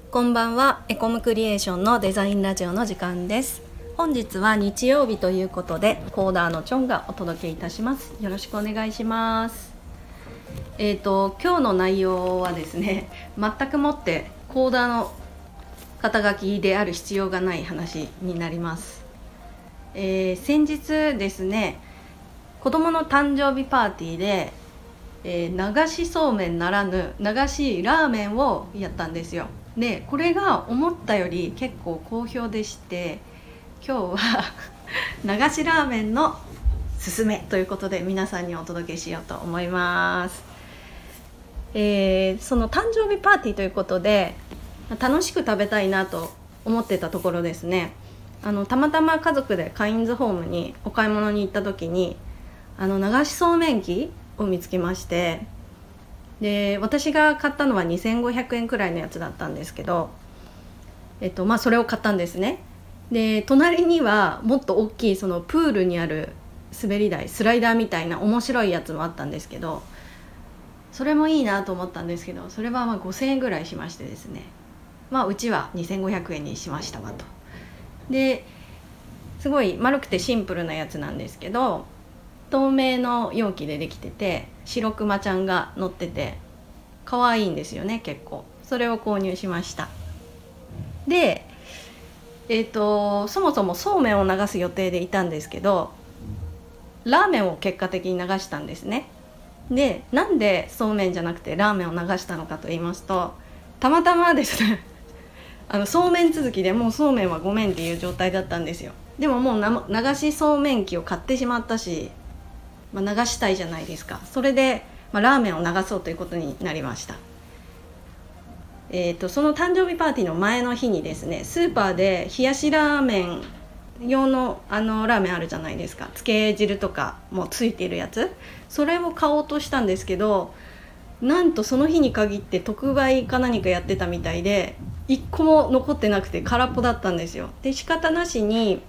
こんばんは。エコムクリエーションのデザインラジオの時間です。本日は日曜日ということでコーダーのチョンがお届けいたします。よろしくお願いします。今日の内容はですね、全くもってコーダーの肩書きである必要がない話になります。先日ですね、子供の誕生日パーティーで、流しそうめんならぬ流しラーメンをやったんですよ。でこれが思ったより結構好評でして、今日は流しラーメンのすすめということで皆さんにお届けしようと思います。その誕生日パーティーということで楽しく食べたいなと思ってたところですね、たまたま家族でカインズホームにお買い物に行った時に流しそうめん機を見つけまして、で私が買ったのは2500円くらいのやつだったんですけど、それを買ったんですね。で隣にはもっと大きいそのプールにある滑り台、スライダーみたいな面白いやつもあったんですけど、それもいいなと思ったんですけど、それは5000円ぐらいしましてですね、うちは2500円にしましたわと。ですごい丸くてシンプルなやつなんですけど、透明の容器でできてて白クマちゃんが乗ってて可愛いんですよね。結構それを購入しました。でそもそもそうめんを流す予定でいたんですけど、ラーメンを結果的に流したんですね。でなんでそうめんじゃなくてラーメンを流したのかと言いますと、たまたまですねそうめん続きでもうそうめんはごめんっていう状態だったんですよ。でももう流しそうめん機を買ってしまったし、流したいじゃないですか。それで、ラーメンを流そうということになりました。その誕生日パーティーの前の日にですね、スーパーで冷やしラーメン用のラーメンあるじゃないですか。つけ汁とかもついているやつ、それを買おうとしたんですけど、なんとその日に限って特売か何かやってたみたいで1個も残ってなくて空っぽだったんですよ。で仕方なしに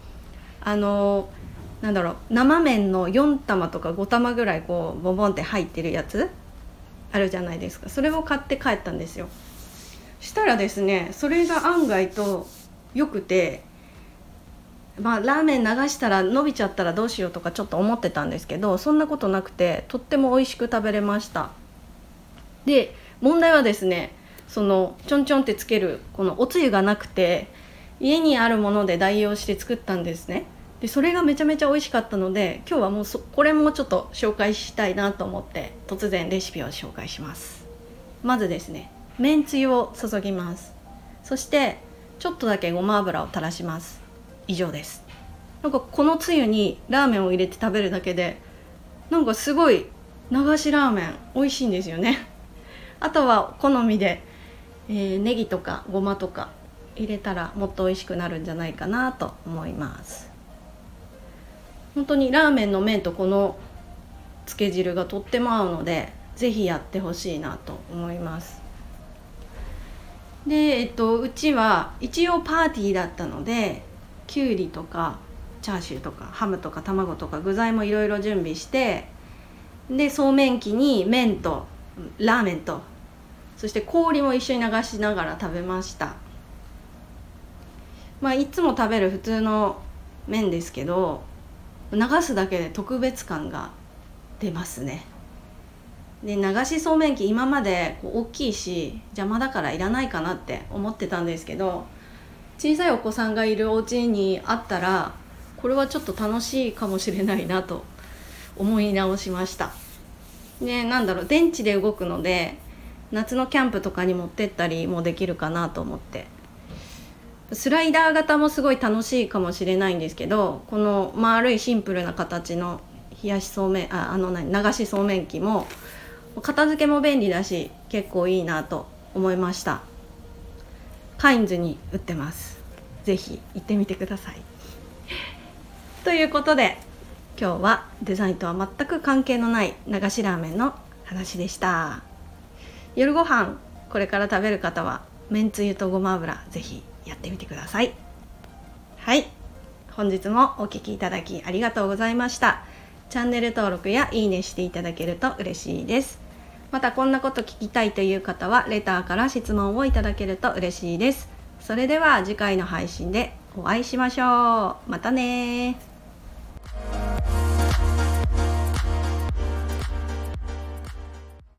生麺の4玉とか5玉ぐらいこうボンボンって入ってるやつあるじゃないですか。それを買って帰ったんですよ。したらですね、それが案外と良くて、ラーメン流したら伸びちゃったらどうしようとかちょっと思ってたんですけど、そんなことなくてとっても美味しく食べれました。で問題はですね、そのちょんちょんってつけるこのおつゆがなくて、家にあるもので代用して作ったんですね。でそれがめちゃめちゃ美味しかったので、今日はもうこれもちょっと紹介したいなと思って突然レシピを紹介します。まずですね、めんつゆを注ぎます。そしてちょっとだけごま油を垂らします。以上です。このつゆにラーメンを入れて食べるだけですごい流しラーメン美味しいんですよね。あとは好みで、ネギとかごまとか入れたらもっと美味しくなるんじゃないかなと思います。本当にラーメンの麺とこのつけ汁がとっても合うので、ぜひやってほしいなと思います。で、うちは一応パーティーだったので、きゅうりとかチャーシューとかハムとか卵とか具材もいろいろ準備して、でそうめん機に麺とラーメンとそして氷も一緒に流しながら食べました。いつも食べる普通の麺ですけど、流すだけで特別感が出ますね。で流しそうめん機今まで大きいし邪魔だからいらないかなって思ってたんですけど、小さいお子さんがいるお家にあったらこれはちょっと楽しいかもしれないなと思い直しました。で電池で動くので夏のキャンプとかに持ってったりもできるかなと思って、スライダー型もすごい楽しいかもしれないんですけど、この丸いシンプルな形の冷やしそうめん流しそうめん機も片付けも便利だし結構いいなと思いました。カインズに売ってます。ぜひ行ってみてください。ということで今日はデザインとは全く関係のない流しラーメンの話でした。夜ご飯これから食べる方はめんつゆとごま油ぜひやってみてください。はい、本日もお聞きいただきありがとうございました。チャンネル登録やいいねしていただけると嬉しいです。 またこんなこと聞きたいという方はレターから質問をいただけると嬉しいです。それでは次回の配信でお会いしましょう。またね。